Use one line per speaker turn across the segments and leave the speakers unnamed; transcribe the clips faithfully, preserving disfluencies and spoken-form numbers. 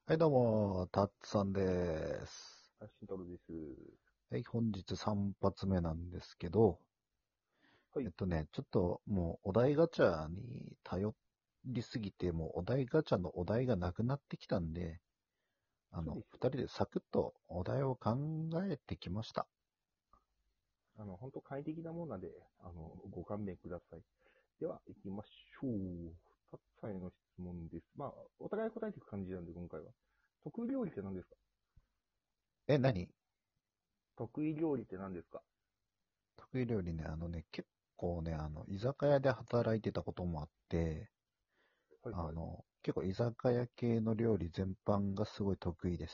はい、どうも、たっさんです。
あ、慎太郎です。
はい、本日さん発目なんですけど、
はい。
えっとね、ちょっともうお題ガチャに頼りすぎて、もうお題ガチャのお題がなくなってきたんで、あの、
そうですよ。
二人でサクッとお題を考えてきました。
あの、本当簡易的なものなんで、あの、ご勘弁ください。では、行きましょう。たっさんへの質問です。まあ、お互い答えていく感じなんで、今回は。得意料理って何ですか？
え、何？
得意料理って何ですか？
得意料理ね、あのね、結構ね、あの、居酒屋で働いてたこともあって、
はいはい。
あの、結構居酒屋系の料理全般がすごい得意です。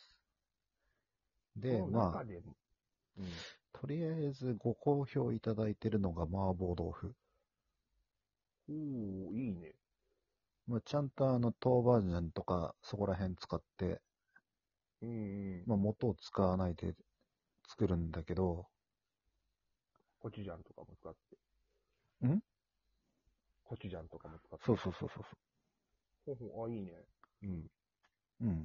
で、
その
まあ、
中でも、うん。
とりあえずご好評いただいてるのが麻婆豆腐。
おー、いいね。
まあ、ちゃんとあの豆板醤とかそこら辺使って、
うんうん。
まあ、元を使わないで作るんだけど、
コチュジャンとかも使って。
ん
コチュジャンとかも使っ
そう
て。
そうそうそうそ
ほうほう、あ、いいね。うん。
う。うん。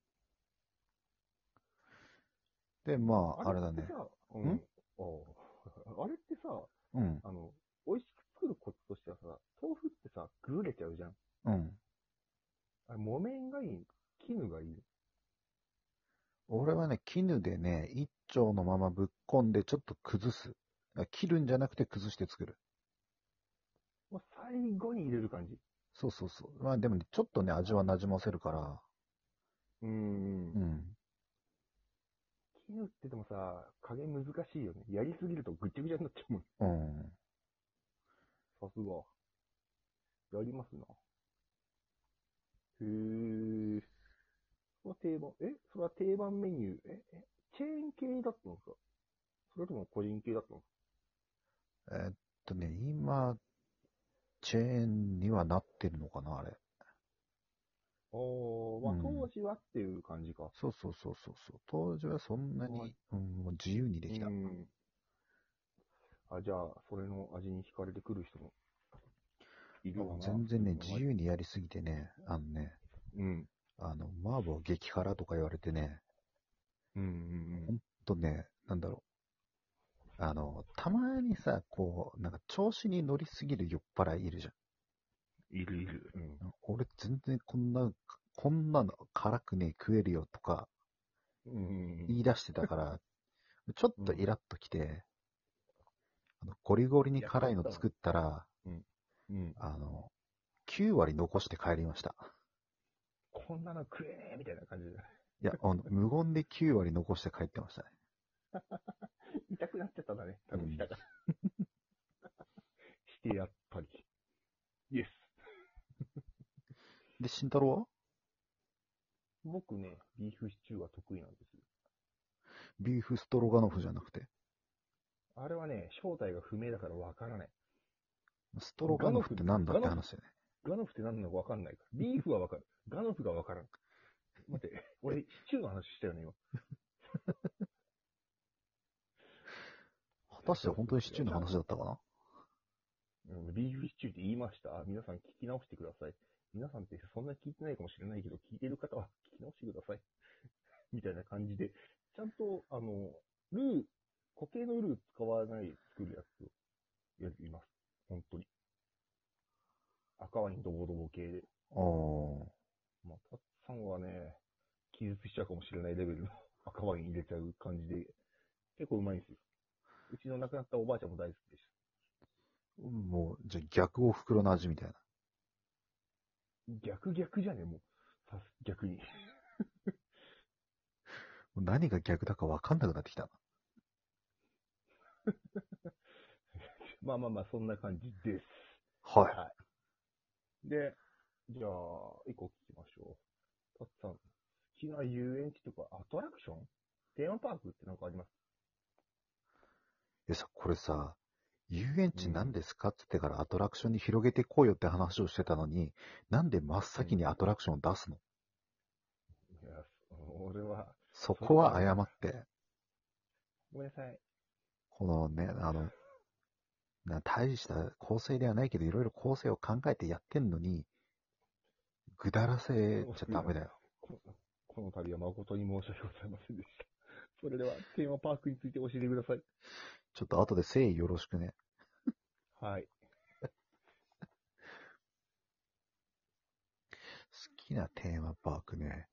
で、まあ、
あれ
あれだね。
ってさ、う
ん
ん。ああ。あれってさ、
うん。
あの、美味しく作るコツとしてはさ、豆腐ってさ、崩れちゃうじゃん。
うん。
あれ、木綿がいい？絹がいい？
俺はね、絹でね、一丁のままぶっこんでちょっと崩す。切るんじゃなくて崩して作る。
もう最後に入れる感じ。
そうそうそう。まあでもね、ちょっとね、味は馴染ませるから、
うーん。
うん。
絹ってでもさ、加減難しいよね。やりすぎるとぐちゃぐちゃになっちゃうもん。
うん。
さすが。やりますな。へー。それは定番、えそれは定番メニュー、え、え、チェーン系だったのか？それとも個人系だったのか？
えーっとね、今、チェーンにはなってるのかな、あれ。
あー、まあ当
うん。
時はっていう感じか。
そうそうそうそうそう。当時はそんな
まあ、
に、うん、もう自由にで
うー
きた。
ん。あ、じゃあ、それの味に惹かれてくる人もい
あ、もう
るわな、
全然ね、
普通に考えて。
自由にやりすぎてね、あのね、
うん。
あの、麻婆激辛とか言われてね、
うんうん
ほんとね、なんだろう。あの、たまにさ、こう、なんか調子に乗りすぎる酔っ払いいるじ
うん。いるいる。うん。
ゃん。俺全然こんな、こんなの辛くね、食えるよとか
うん
言い出してたから、ちょっ
うん。うん。
とイラッときて、あのゴリゴリに
やっちゃったの。
辛いの作ったら、
うん。うん。
あの、きゅう割残して帰りました。
こんなの食えねえみたいな感じで。
いや、あの、無言できゅう割残して帰ってましたね。
痛くなっちゃったんだね。多
うん。
分舌が。してやっぱり。イエス。
で、慎太郎は
僕ね、ビーフシチューは得意なんですよ。
ビーフストロガノフじゃなくて。
あれはね、正体が不明だからわからない。
ストロガノフっ
ガノフ、
てなんだっ
ガノフ、
て話だよね。
ガノフって何なのかわかんないから。ビーフはわかる。ガノフがわからん。待って、俺、シチューの話したよね、今。
果たして
そう
本当にシチューの
そうそう。ちゃん
話だったかな？
うん、ビーフシチューって言いました。皆さん聞き直してください。皆さんってそんな聞いてないかもしれないけど、聞いてる方は聞き直してください。みたいな感じで、ちゃんと、あの、ルー、固形のルー使わないで作るやつをやります。本当に。赤ワインドボドボ系で。
おー。
まあ、タッツさんはね、気絶しちゃうかもしれないレベルの赤ワイン入れちゃう感じで、結構うまいんですよ。うちの亡くなったおばあちゃんも大好きでし
もう、じゃあ逆お袋の味みたいな。
た。逆逆じゃねもう。さす、逆に。
もう何が逆だか分かんなくなってきたな。
まあまあまあ、そんな感じです。
はい。
はい。で、じゃあ、一個聞きましょう。タッツさん、好きな遊園地とかアトラクションテーマパークってなんかあります？
でさ、これさ、遊園地何
うん。
ですかって言ってからアトラクションに広げてこうよって話をしてたのに、なんで真っ
うん。
先にアトラクションを出すの？
いや、俺は、
そこは
それはね、
謝って、
ごめんなさい。
このね、あの、な大した構成ではないけど、いろいろ構成を考えてやってんのに、ぐだらせちゃ
いや、
ダメだよ。
この度は誠に申し訳ございませんでした。それでは、テーマパークについて教えてください。
ちょっと後で誠意よろしくね。
はい。
好きなテーマパークね。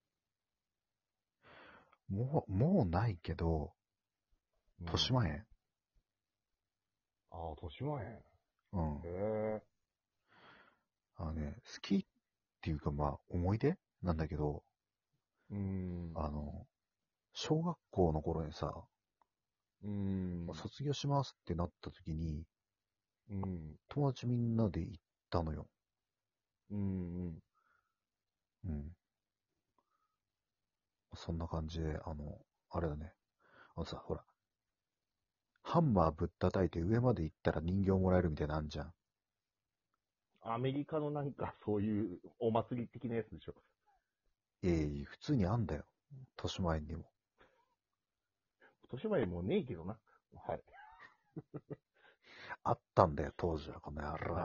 もう、もうないけど、豊島園。
ああ、豊島園。
うん。
へえ。
あのね、好きっていうかまあ、思い出なんだけど、
うーん。
あの、小学校の頃にさ、
うーん。
卒業しますってなった時に、
うん。
友達みんなで行ったのよ。
うん。
うん。そんな感じで、あの、あれだね。あのさ、ほら、ハンマーぶったたいて上まで行ったら人形もらえるみたいなのあんじゃん。
アメリカのなんかそういうお祭り的なやつでしょ。
ええ普通にあんだよ。豊島園にも。
豊島園もうねえけどな。はい。
あったんだよ、当時は、この野郎。
はい。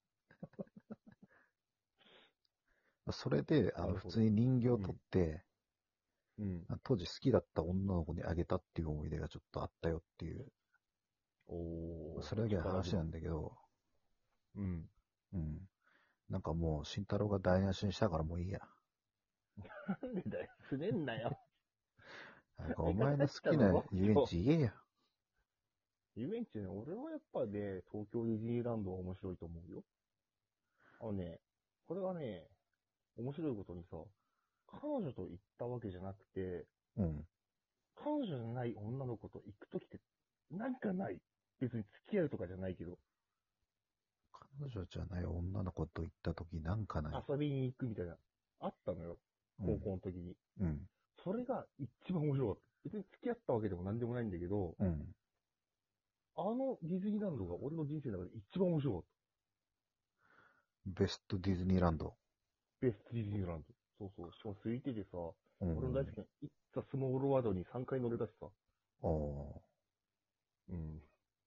それで、あの、
なるほど。
普通に人形
うん。
取って、
うん。
当時好きだった女の子にあげたっていう思い出がちょっとあったよっていう、
おー、
それだけの話な
力自慢。
んだけど、
うん。
うん。なんかもう、慎太郎が台無しにしたからもういいや。
なんでだよ。すねんなよ。
なんかお
相方
前の好
帰ってきた
きな
ぞ。
遊園
今日。
地言えよ。
遊園地ね、俺はやっぱね、東京ディズニーランドは面白いと思うよ。あのね、これがね、面白いことにさ、彼女と行ったわけじゃなくて、
うん。
彼女じゃない女の子と行くときって、なんかない。別に付き合うとかじゃないけど、
彼女じゃない女の子と行った時なんかない。
遊びに行くみたいな、あったのよ。高
うん。
校の時に。
うん。
それが一番面白かった。別に付き合ったわけでもなんでもないんだけど、
うん。
あのディズニーランドが俺の人生の中で一番面白かっ
ベストディズニーランド。
た。ベストディズニーランド。そうそう。しかも空いててさ、
うん。
俺の大好きな、いっツァスモールワードにさんかい乗れたしさ。
お
うん。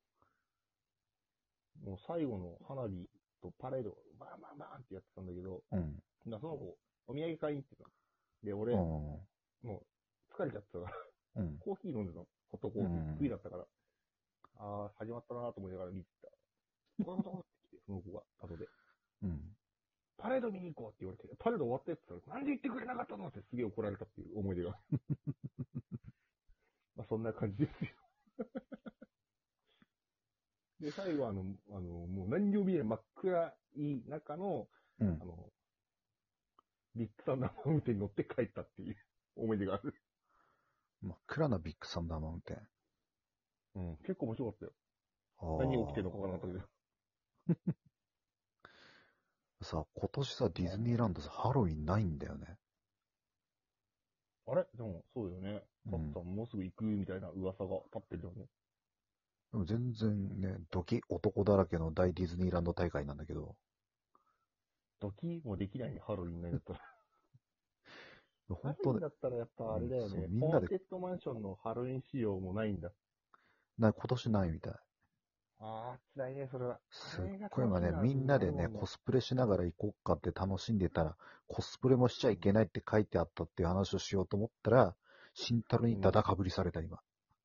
もう最後の花火とパレード、バーンバーンバーンってやってたんだけど、
ー。うん。
なその子、お土産買いに行ってたの。で、
う
俺、
ん。
もう疲れちゃってたから、
うん。
コーヒー飲んでたの。ホット
う
コーヒー。冬
ん。
だったから。あー、始まったなーと思いながら見てた。ゴロゴロって来て、その子が、後で。
うん。
パレード見に行こうって言われて、パレード終わったやつったら、なんで言ってくれなかったのってすげえ怒られたっていう思い出が。まあそんな感じですよ。で、最後あの、あの、もう何にも見えない真っ暗い中の、
うん。
あの、ビッグサンダーマウンテンに乗って帰ったっていう思い出がある。
真っ暗なビッグサンダーマウンテン。
うん、結構面白かったよ。何が起きてるのか
あ
わからなかったけど。
あ。さ、今年さ、ディズニーランドさ、ハロウィンないんだよね。
あれでも、そうだよね。
うん。
カッさんもうすぐ行くみたいな噂が立ってるよね。
でも全然ね、ドキ男だらけの大ディズニーランド大会なんだけど、
ドキもできないね、ハロウィンないんだったら。ハ
本当ね、
ロウィンだったらやっぱあ
うん、そう、
れだよね。
みんなで、
ホーンテッドマンションのハロウィン仕様もないんだ。
な、今年ないみたい。
ああ、辛いね、それは。あ
すっ
れが
ごい今ね、
楽しみな
みんなでね、
部分あるもんね。
コスプレしながら行こうかって楽しんでたら、コスプレもしちゃいけないって書いてあったっていう話をしようと思ったら、慎太郎にダ
うん。
ダかぶりされた今。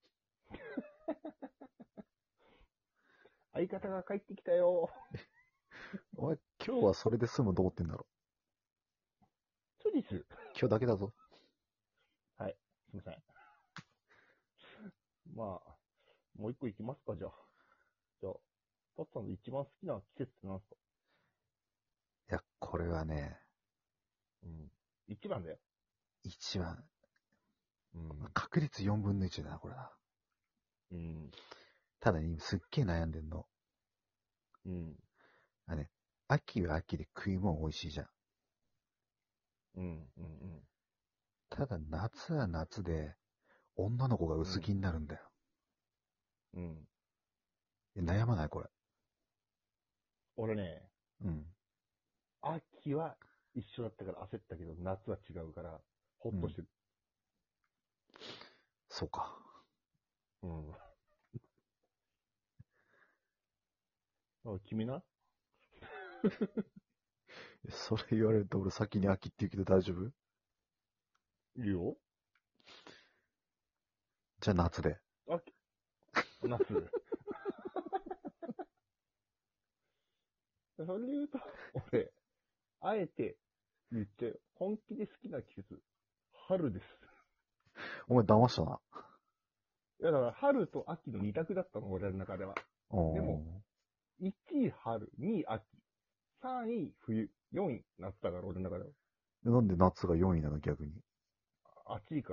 相方が帰ってきたよ。
お前、今日はそれで済むと思ってんだろ。
そうです。
今日だけだぞ。
はい、すいません。まあ、もう一個行きますか、じゃあ。じゃあ、タッツさんの一番好きな季節って何すか？
いや、これはね、
うん。一番だよ。
一番、
うん。
確率よんぶんのいちだな、これな。
うん。
ただね、今すっげえ悩んでんの。
うん。
あね、秋は秋で食い物美味しいじゃん。
うん。うん。
ただ夏は夏で、女の子が
うん。
薄着になるんだよ。
うん。
え悩まないこれ。
俺ね、
うん。
秋は一緒だったから焦ったけど、夏は違うから、ほっ
うん。
としてる。
そうか。
うん。あ、君な？
それ言われると俺先に秋って言うけど大丈夫？
いいよ。
じゃあ夏で。
秋。夏。それで言うと、俺、あえて言って、本気で好きな季節、春です。
お前騙したな。
いや、だから春と秋の二択だったの、俺の中では。でも、いちい春、にい秋、さんい冬、よんい夏だから、俺の中では。
なんで夏がよんいなの逆に。
暑いから。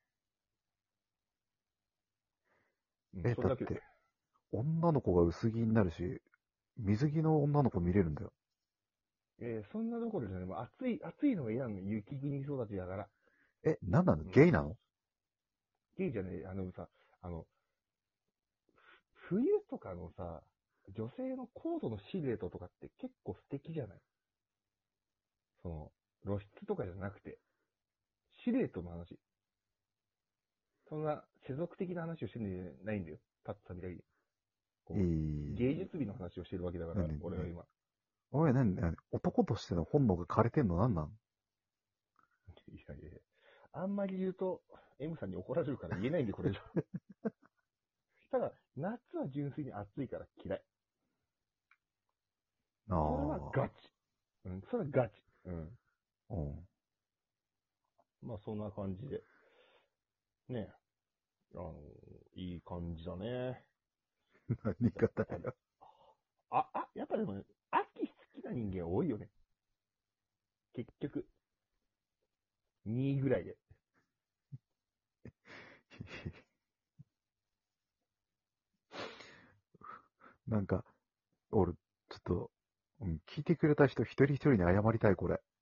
うん、
え、
それだけで。
だって、女の子が薄着になるし、水着の女の子見れるんだよ。
えー、そんなところじゃない。もう暑い、暑いのが嫌なの。雪国育ちだから。
え、なんなの
うん、
ゲイなの？
ゲイじゃねえ、あのさ、あの、ふ冬とかのさ、女性のコートのシルエットとかって結構素敵じゃない？その、露出とかじゃなくて、シルエットの話。そんな世俗的な話をしてるんじゃないんだよ。たったみたいに。こ
い
う、芸
い。
術美の話をしてるわけだから、
なんでね、
俺は今。
お前なんで、男としての本能が枯れてんのなんなん？
いやいやいや。あんまり言うと、M さんに怒られるから言えないんで、これ以上。ただ、夏は純粋に暑いから嫌い。
あ
それはガチ。うん、それはガチ。うん。
あ。うん。
まあ、そんな感じで。ね。あの、いい感じだね。
何がだよ。
あ、あ、やっぱでもね、秋好きな人間多いよね。結局。にいぐらいで。
なんか、俺、ちょっと、うん聞いてくれた人一人一人に謝りたい、これ。